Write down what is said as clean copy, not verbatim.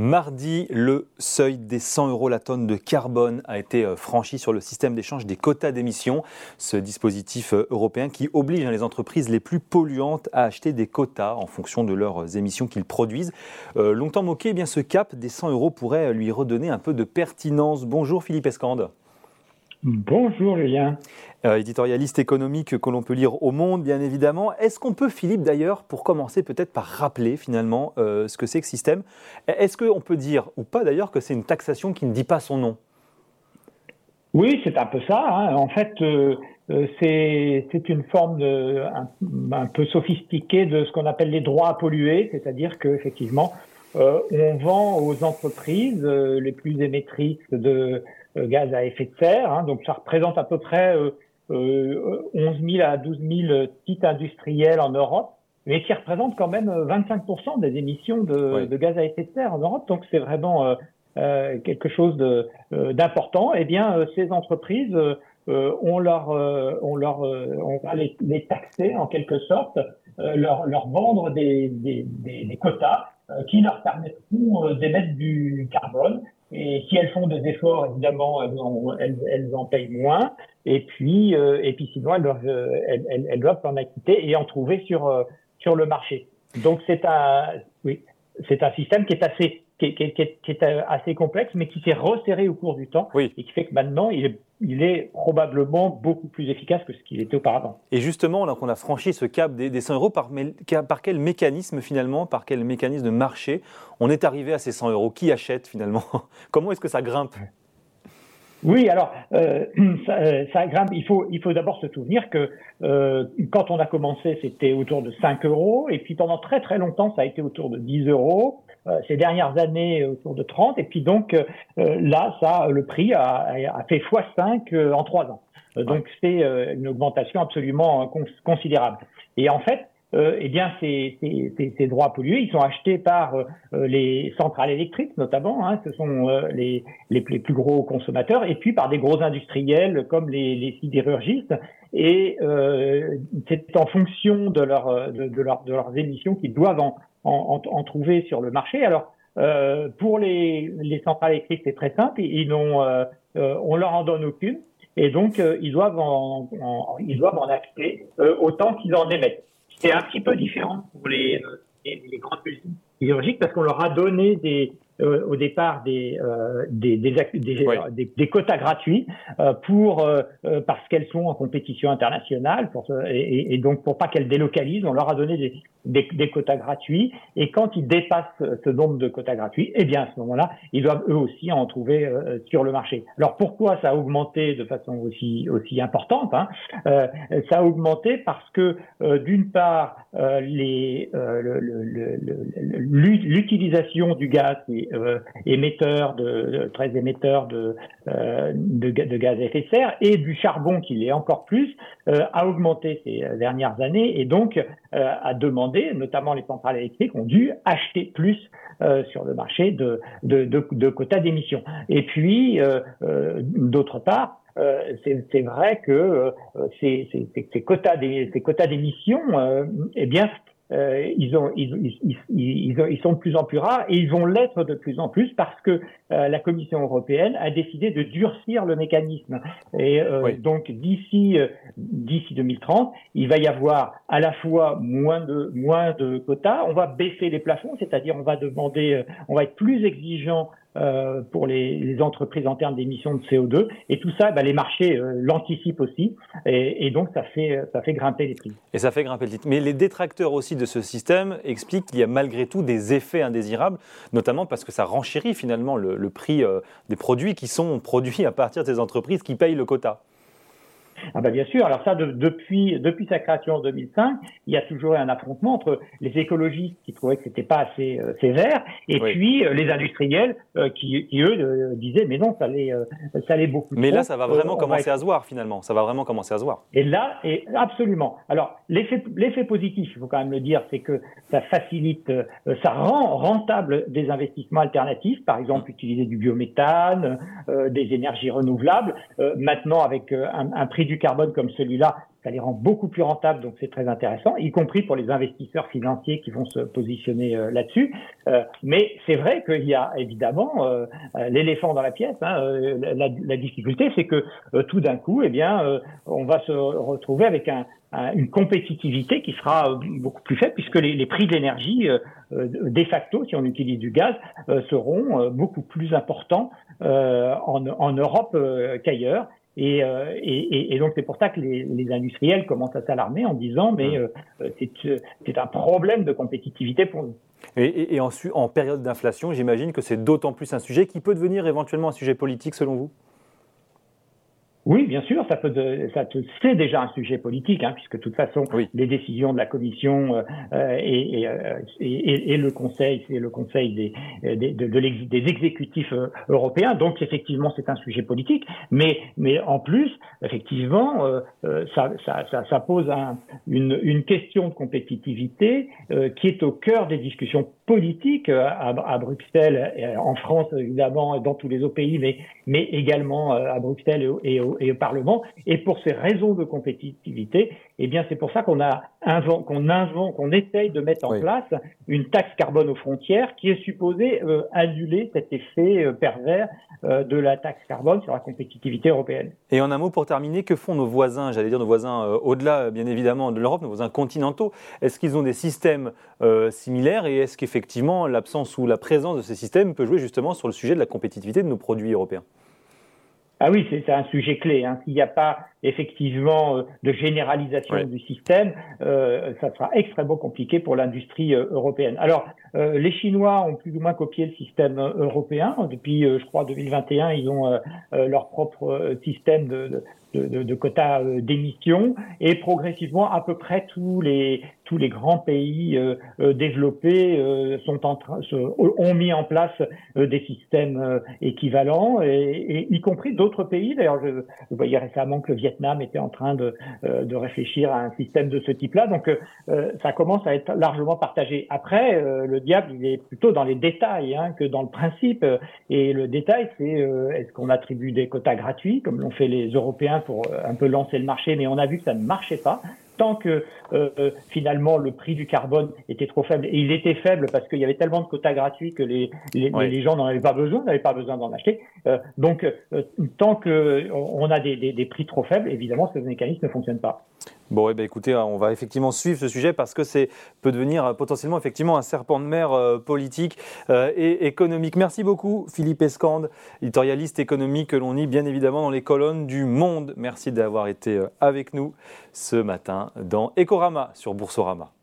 Mardi, le seuil des 100 € la tonne de carbone a été franchi sur le système d'échange des quotas d'émissions. Ce dispositif européen qui oblige les entreprises les plus polluantes à acheter des quotas en fonction de leurs émissions qu'ils produisent. Longtemps moqué, ce cap des 100 € pourrait lui redonner un peu de pertinence. Bonjour Philippe Escande. Bonjour Julien. Éditorialiste économique que l'on peut lire au Monde, bien évidemment. Est-ce qu'on peut, Philippe, d'ailleurs, pour commencer peut-être par rappeler finalement ce que c'est que système, est-ce qu'on peut dire, ou pas d'ailleurs, que c'est une taxation qui ne dit pas son nom ? Oui, c'est un peu ça. En fait, c'est une forme un peu sophistiquée de ce qu'on appelle les droits à polluer, c'est-à-dire qu'effectivement, on vend aux entreprises les plus émettrices de gaz à effet de serre. Donc ça représente à peu près 11 000 à 12 000 sites industriels en Europe, mais qui représentent quand même 25% des émissions de gaz à effet de serre en Europe. Donc c'est vraiment quelque chose d'important. Eh bien, ces entreprises, on va les taxer en quelque sorte, leur vendre des quotas qui leur permettront d'émettre du carbone. Et si elles font des efforts, évidemment, elles en payent moins. Et puis sinon, elles doivent s'en acquitter et en trouver sur le marché. Donc c'est un système qui est assez complexe, mais qui s'est resserré au cours du temps et qui fait que maintenant il est probablement beaucoup plus efficace que ce qu'il était auparavant. Et justement, là qu'on a franchi ce cap des 100 €, par quel mécanisme finalement, par quel mécanisme de marché on est arrivé à ces 100 €? Qui achète finalement? Comment est-ce que ça grimpe? Oui, alors ça grimpe. Il faut d'abord se souvenir que quand on a commencé, c'était autour de 5 €, et puis pendant très très longtemps, ça a été autour de 10 €. Ces dernières années, autour de 30, et puis donc là, le prix a fait x5 en 3 ans. Donc c'est une augmentation absolument considérable. Et en fait, ces droits à polluer, ils sont achetés par les centrales électriques notamment, ce sont les plus gros consommateurs, et puis par des gros industriels comme les sidérurgistes. Et c'est en fonction de leurs émissions qu'ils doivent en trouver sur le marché. Alors pour les centrales électriques, c'est très simple, on leur en donne aucune, et donc ils doivent en acheter autant qu'ils en émettent. C'est un petit peu différent pour les grandes usines sidérurgiques, parce qu'on leur a donné au départ des quotas gratuits parce qu'elles sont en compétition internationale et donc pour pas qu'elles délocalisent, on leur a donné des quotas gratuits, et quand ils dépassent ce nombre de quotas gratuits, eh bien à ce moment-là, ils doivent eux aussi en trouver sur le marché. Alors pourquoi ça a augmenté de façon aussi importante? Ça a augmenté parce que d'une part l'utilisation du gaz très émetteur de gaz à effet de serre, et du charbon qui l'est encore plus, a augmenté ces dernières années, et donc a demandé, notamment les centrales électriques ont dû acheter plus sur le marché de quotas d'émissions. Et puis d'autre part, c'est vrai que ces quotas d'émissions, ils sont de plus en plus rares, et ils vont l'être de plus en plus parce que la Commission européenne a décidé de durcir le mécanisme. Et donc d'ici 2030, il va y avoir à la fois moins de quotas, on va baisser les plafonds, c'est-à-dire on va être plus exigeant pour les entreprises en termes d'émissions de CO2, et tout ça, les marchés l'anticipent aussi, et donc ça fait grimper les prix. Et ça fait grimper le titre. Mais les détracteurs aussi de ce système expliquent qu'il y a malgré tout des effets indésirables, notamment parce que ça renchérit finalement le prix des produits qui sont produits à partir des entreprises qui payent le quota. Bien sûr. Alors ça, depuis sa création en 2005, il y a toujours eu un affrontement entre les écologistes qui trouvaient que c'était pas assez sévère, et puis les industriels qui eux disaient mais non, ça allait beaucoup trop. Mais là, ça va vraiment commencer à se voir finalement. Ça va vraiment commencer à se voir. Et là, absolument. Alors l'effet positif, il faut quand même le dire, c'est que ça facilite, ça rend rentable des investissements alternatifs, par exemple utiliser du biométhane, des énergies renouvelables. Maintenant, avec un prix du du carbone comme celui-là, ça les rend beaucoup plus rentables, donc c'est très intéressant, y compris pour les investisseurs financiers qui vont se positionner là-dessus. Mais c'est vrai qu'il y a évidemment l'éléphant dans la pièce. La difficulté, c'est que tout d'un coup, on va se retrouver avec une compétitivité qui sera beaucoup plus faible, puisque les prix de l'énergie, de facto, si on utilise du gaz, seront beaucoup plus importants en Europe qu'ailleurs. Et donc c'est pour ça que les industriels commencent à s'alarmer en disant c'est un problème de compétitivité pour nous. Et ensuite, en période d'inflation, j'imagine que c'est d'autant plus un sujet qui peut devenir éventuellement un sujet politique selon vous ? Oui, bien sûr, c'est déjà un sujet politique, puisque de toute façon, les décisions de la Commission et le Conseil, c'est le Conseil des exécutifs européens. Donc, effectivement, c'est un sujet politique. Mais en plus, effectivement, ça pose une question de compétitivité qui est au cœur des discussions politiques à Bruxelles, en France évidemment, dans tous les autres pays, mais également à Bruxelles et au Parlement. Et pour ces raisons de compétitivité, c'est pour ça qu'on essaye de mettre en place une taxe carbone aux frontières qui est supposée annuler cet effet pervers de la taxe carbone sur la compétitivité européenne. Et en un mot pour terminer, que font nos voisins, nos voisins au-delà bien évidemment de l'Europe, nos voisins continentaux? Est-ce qu'ils ont des systèmes similaires et est-ce qu'effectivement l'absence ou la présence de ces systèmes peut jouer justement sur le sujet de la compétitivité de nos produits européens? Ah oui, c'est un sujet clé. S'il n'y a pas effectivement de généralisation du système, ça sera extrêmement compliqué pour l'industrie européenne. Alors, les Chinois ont plus ou moins copié le système européen. Depuis, je crois, 2021, ils ont leur propre système de quotas d'émissions, et progressivement à peu près tous les grands pays développés ont mis en place des systèmes équivalents, et y compris d'autres pays. D'ailleurs, je voyais récemment que le Vietnam était en train de réfléchir à un système de ce type-là. Donc ça commence à être largement partagé. Après, le diable, il est plutôt dans les détails que dans le principe. Et le détail, c'est est-ce qu'on attribue des quotas gratuits, comme l'ont fait les Européens pour un peu lancer le marché, mais on a vu que ça ne marchait pas. Tant que finalement le prix du carbone était trop faible, et il était faible parce qu'il y avait tellement de quotas gratuits que les gens n'avaient pas besoin d'en acheter. Donc tant qu'on a des prix trop faibles, évidemment ce mécanisme ne fonctionne pas. Bon, écoutez, on va effectivement suivre ce sujet parce que peut devenir potentiellement effectivement un serpent de mer politique et économique. Merci beaucoup Philippe Escande, éditorialiste économique que l'on lit bien évidemment dans les colonnes du Monde. Merci d'avoir été avec nous ce matin dans Ecorama sur Boursorama.